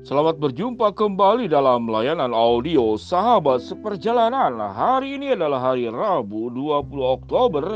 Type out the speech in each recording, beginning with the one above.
Selamat berjumpa kembali dalam layanan audio Sahabat Seperjalanan. Hari ini adalah hari Rabu 20 Oktober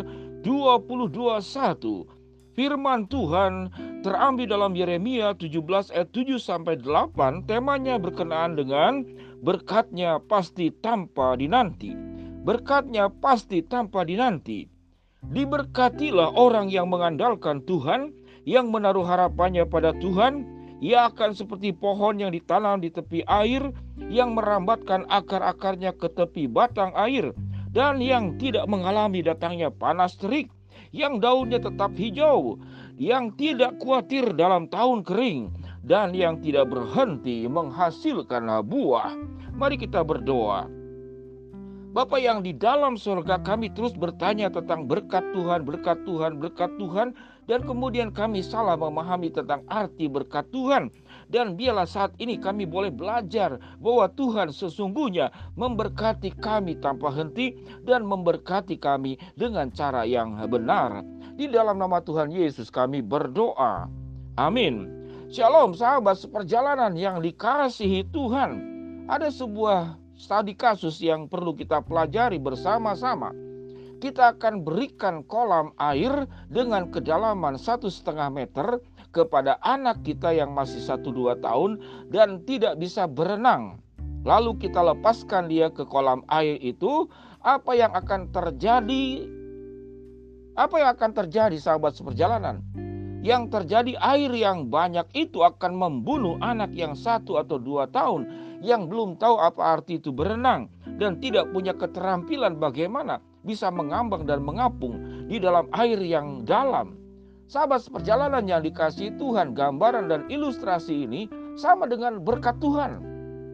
2021. Firman Tuhan terambil dalam Yeremia 17 ayat 7 sampai 8. Temanya berkenaan dengan berkatnya pasti tanpa dinanti. Berkatnya pasti tanpa dinanti. Diberkatilah orang yang mengandalkan Tuhan, yang menaruh harapannya pada Tuhan. Ia akan seperti pohon yang ditanam di tepi air, yang merambatkan akar-akarnya ke tepi batang air, dan yang tidak mengalami datangnya panas terik, yang daunnya tetap hijau, yang tidak khawatir dalam tahun kering, dan yang tidak berhenti menghasilkan buah. Mari kita berdoa. Bapa yang di dalam surga, kami terus bertanya tentang berkat Tuhan, berkat Tuhan, berkat Tuhan. Dan kemudian kami salah memahami tentang arti berkat Tuhan. Dan biarlah saat ini kami boleh belajar bahwa Tuhan sesungguhnya memberkati kami tanpa henti dan memberkati kami dengan cara yang benar. Di dalam nama Tuhan Yesus kami berdoa. Amin. Shalom sahabat seperjalanan yang dikasihi Tuhan. Ada sebuah studi kasus yang perlu kita pelajari bersama-sama. Kita akan berikan kolam air dengan kedalaman 1,5 meter kepada anak kita yang masih 1-2 tahun dan tidak bisa berenang. Lalu kita lepaskan dia ke kolam air itu. Apa yang akan terjadi? Apa yang akan terjadi sahabat seperjalanan? Yang terjadi, air yang banyak itu akan membunuh anak yang 1 atau 2 tahun yang belum tahu apa arti itu berenang dan tidak punya keterampilan bagaimana bisa mengambang dan mengapung di dalam air yang dalam. Sahabat seperjalanan yang dikasihi Tuhan, gambaran dan ilustrasi ini sama dengan berkat Tuhan.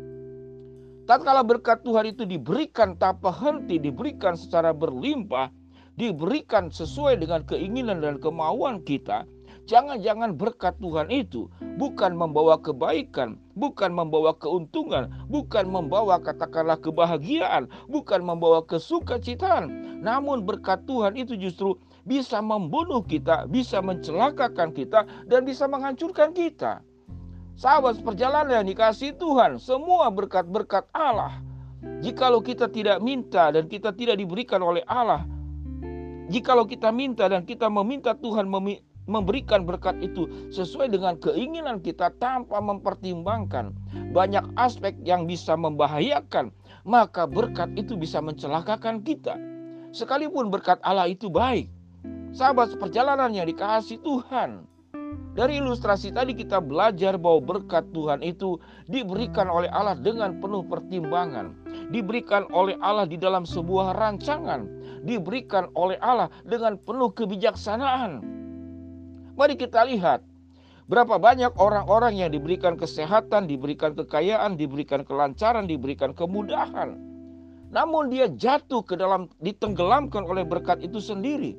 Tatkala berkat Tuhan itu diberikan tanpa henti, diberikan secara berlimpah, diberikan sesuai dengan keinginan dan kemauan kita, jangan-jangan berkat Tuhan itu bukan membawa kebaikan, bukan membawa keuntungan, bukan membawa katakanlah kebahagiaan, bukan membawa kesukacitaan. Namun berkat Tuhan itu justru bisa membunuh kita, bisa mencelakakan kita, dan bisa menghancurkan kita. Sahabat seperjalanan yang dikasihi Tuhan, semua berkat-berkat Allah, jikalau kita tidak minta dan kita tidak diberikan oleh Allah, jikalau kita minta dan kita meminta Tuhan memberikan berkat itu sesuai dengan keinginan kita tanpa mempertimbangkan banyak aspek yang bisa membahayakan, maka berkat itu bisa mencelakakan kita. Sekalipun berkat Allah itu baik. Sahabat seperjalanan yang dikasihi Tuhan, dari ilustrasi tadi kita belajar bahwa berkat Tuhan itu diberikan oleh Allah dengan penuh pertimbangan, diberikan oleh Allah di dalam sebuah rancangan, diberikan oleh Allah dengan penuh kebijaksanaan. Mari kita lihat berapa banyak orang-orang yang diberikan kesehatan, diberikan kekayaan, diberikan kelancaran, diberikan kemudahan. Namun dia jatuh ke dalam, ditenggelamkan oleh berkat itu sendiri.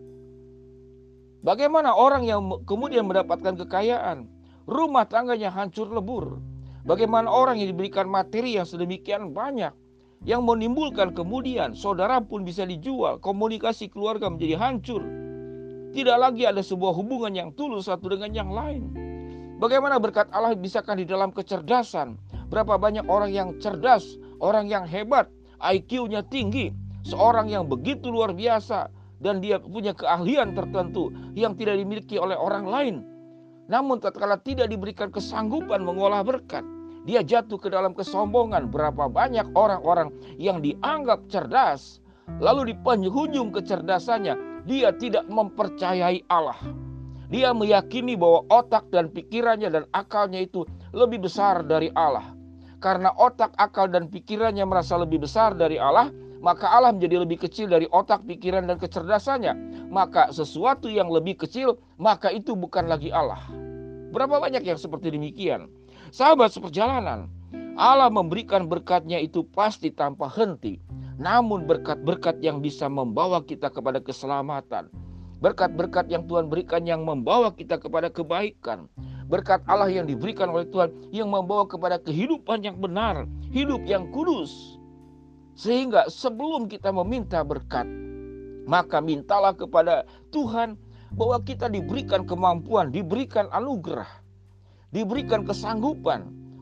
Bagaimana orang yang kemudian mendapatkan kekayaan, rumah tangganya hancur lebur. Bagaimana orang yang diberikan materi yang sedemikian banyak, yang menimbulkan kemudian saudara pun bisa dijual, komunikasi keluarga menjadi hancur. Tidak lagi ada sebuah hubungan yang tulus satu dengan yang lain. Bagaimana berkat Allah bisakah di dalam kecerdasan? Berapa banyak orang yang cerdas, orang yang hebat, IQ-nya tinggi, seorang yang begitu luar biasa, dan dia punya keahlian tertentu yang tidak dimiliki oleh orang lain. Namun tatkala tidak diberikan kesanggupan mengolah berkat, dia jatuh ke dalam kesombongan. Berapa banyak orang-orang yang dianggap cerdas, lalu di penghujung kecerdasannya dia tidak mempercayai Allah. Dia meyakini bahwa otak dan pikirannya dan akalnya itu lebih besar dari Allah. Karena otak, akal, dan pikirannya merasa lebih besar dari Allah, maka Allah menjadi lebih kecil dari otak, pikiran, dan kecerdasannya. Maka sesuatu yang lebih kecil, maka itu bukan lagi Allah. Berapa banyak yang seperti demikian? Sahabat seperjalanan, Allah memberikan berkatnya itu pasti tanpa henti. Namun berkat-berkat yang bisa membawa kita kepada keselamatan, berkat-berkat yang Tuhan berikan yang membawa kita kepada kebaikan, berkat Allah yang diberikan oleh Tuhan yang membawa kepada kehidupan yang benar, hidup yang kudus. Sehingga sebelum kita meminta berkat, maka mintalah kepada Tuhan bahwa kita diberikan kemampuan, diberikan anugerah, diberikan kesanggupan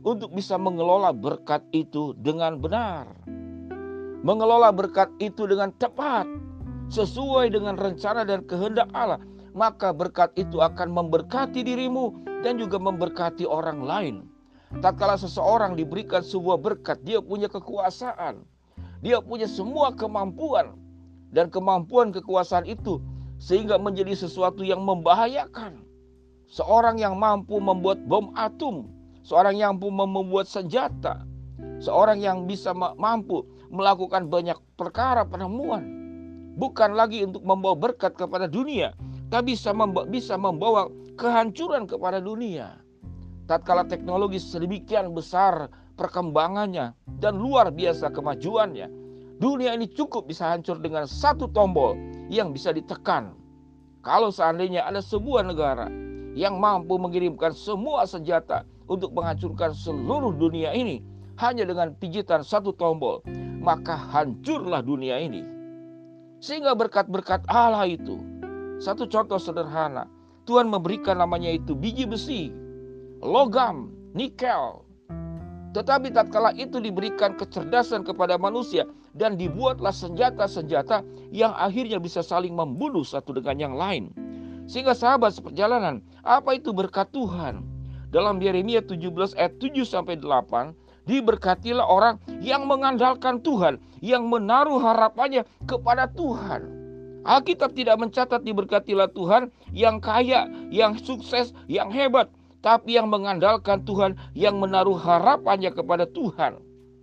untuk bisa mengelola berkat itu dengan benar. Mengelola berkat itu dengan tepat, sesuai dengan rencana dan kehendak Allah, maka berkat itu akan memberkati dirimu dan juga memberkati orang lain. Tatkala seseorang diberikan sebuah berkat, dia punya kekuasaan, dia punya semua kemampuan, dan kemampuan kekuasaan itu sehingga menjadi sesuatu yang membahayakan. Seorang yang mampu membuat bom atom, seorang yang mampu membuat senjata, seorang yang bisa mampu melakukan banyak perkara penemuan, bukan lagi untuk membawa berkat kepada dunia, tapi bisa membawa kehancuran kepada dunia. Tatkala teknologi sedemikian besar perkembangannya dan luar biasa kemajuannya, dunia ini cukup bisa hancur dengan satu tombol yang bisa ditekan. Kalau seandainya ada sebuah negara yang mampu mengirimkan semua senjata untuk menghancurkan seluruh dunia ini hanya dengan pijitan satu tombol, maka hancurlah dunia ini. Sehingga berkat-berkat Allah itu, satu contoh sederhana, Tuhan memberikan namanya itu biji besi, logam, nikel. Tetapi tatkala itu diberikan kecerdasan kepada manusia dan dibuatlah senjata-senjata yang akhirnya bisa saling membunuh satu dengan yang lain. Sehingga sahabat seperjalanan, apa itu berkat Tuhan? Dalam Yeremia 17 ayat 7-8, diberkatilah orang yang mengandalkan Tuhan, yang menaruh harapannya kepada Tuhan. Alkitab tidak mencatat diberkatilah Tuhan yang kaya, yang sukses, yang hebat, tapi yang mengandalkan Tuhan, yang menaruh harapannya kepada Tuhan.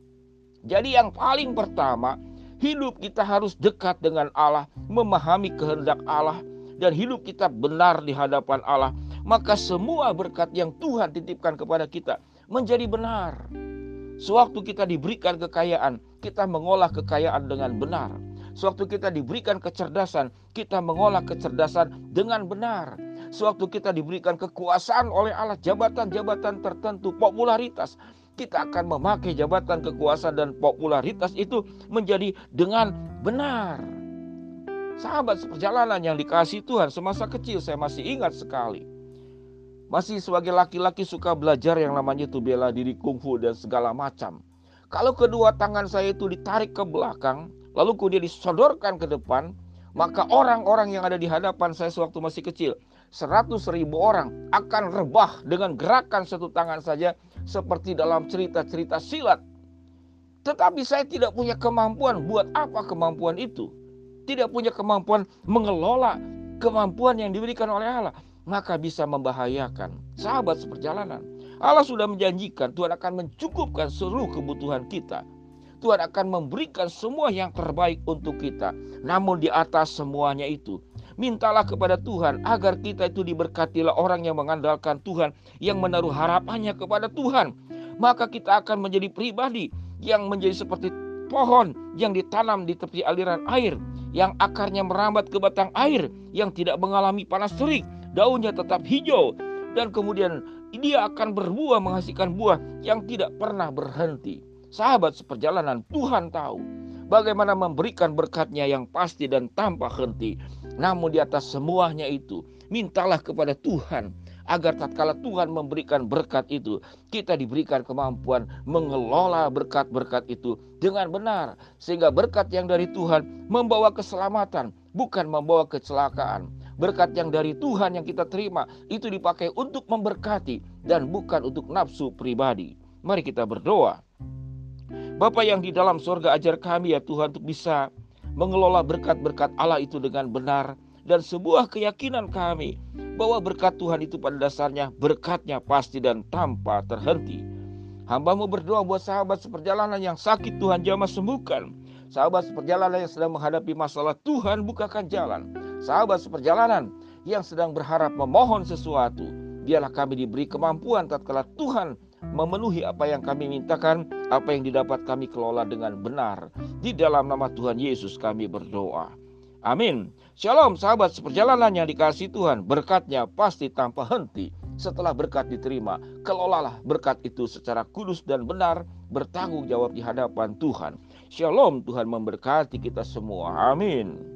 Jadi yang paling pertama, hidup kita harus dekat dengan Allah, memahami kehendak Allah, dan hidup kita benar di hadapan Allah. Maka semua berkat yang Tuhan titipkan kepada kita menjadi benar. Sewaktu kita diberikan kekayaan, kita mengolah kekayaan dengan benar. Sewaktu kita diberikan kecerdasan, kita mengolah kecerdasan dengan benar. Sewaktu kita diberikan kekuasaan oleh Allah, jabatan-jabatan tertentu, popularitas, kita akan memakai jabatan kekuasaan dan popularitas itu menjadi dengan benar. Sahabat seperjalanan yang dikasihi Tuhan, semasa kecil saya masih ingat sekali. Masih sebagai laki-laki suka belajar yang namanya itu bela diri, kungfu dan segala macam. Kalau kedua tangan saya itu ditarik ke belakang, lalu kemudian disodorkan ke depan, maka orang-orang yang ada di hadapan saya sewaktu masih kecil, 100.000 orang akan rebah dengan gerakan satu tangan saja seperti dalam cerita-cerita silat. Tetapi saya tidak punya kemampuan. Buat apa kemampuan itu? Tidak punya kemampuan mengelola kemampuan yang diberikan oleh Allah, maka bisa membahayakan. Sahabat seperjalanan, Allah sudah menjanjikan Tuhan akan mencukupkan seluruh kebutuhan kita. Tuhan akan memberikan semua yang terbaik untuk kita. Namun di atas semuanya itu, mintalah kepada Tuhan agar kita itu diberkatilah orang yang mengandalkan Tuhan, yang menaruh harapannya kepada Tuhan. Maka kita akan menjadi pribadi yang menjadi seperti pohon yang ditanam di tepi aliran air, yang akarnya merambat ke batang air, yang tidak mengalami panas terik, daunnya tetap hijau, dan kemudian dia akan berbuah, menghasilkan buah yang tidak pernah berhenti. Sahabat seperjalanan, Tuhan tahu bagaimana memberikan berkat-Nya yang pasti dan tanpa henti. Namun di atas semuanya itu, mintalah kepada Tuhan agar tatkala Tuhan memberikan berkat itu, kita diberikan kemampuan mengelola berkat-berkat itu dengan benar, sehingga berkat yang dari Tuhan membawa keselamatan, bukan membawa kecelakaan. Berkat yang dari Tuhan yang kita terima itu dipakai untuk memberkati dan bukan untuk nafsu pribadi. Mari kita berdoa. Bapa yang di dalam surga, ajar kami ya Tuhan untuk bisa mengelola berkat-berkat Allah itu dengan benar, dan sebuah keyakinan kami bahwa berkat Tuhan itu pada dasarnya berkat-Nya pasti dan tanpa terhenti. Hamba-Mu berdoa buat sahabat seperjalanan yang sakit, Tuhan jamah sembuhkan. Sahabat seperjalanan yang sedang menghadapi masalah, Tuhan bukakan jalan. Sahabat seperjalanan yang sedang berharap memohon sesuatu, biarlah kami diberi kemampuan tatkala Tuhan memenuhi apa yang kami mintakan, apa yang didapat kami kelola dengan benar. Di dalam nama Tuhan Yesus kami berdoa. Amin. Shalom sahabat seperjalanan yang dikasihi Tuhan, berkat-Nya pasti tanpa henti. Setelah berkat diterima, kelolalah berkat itu secara kudus dan benar, bertanggung jawab di hadapan Tuhan. Shalom, Tuhan memberkati kita semua. Amin.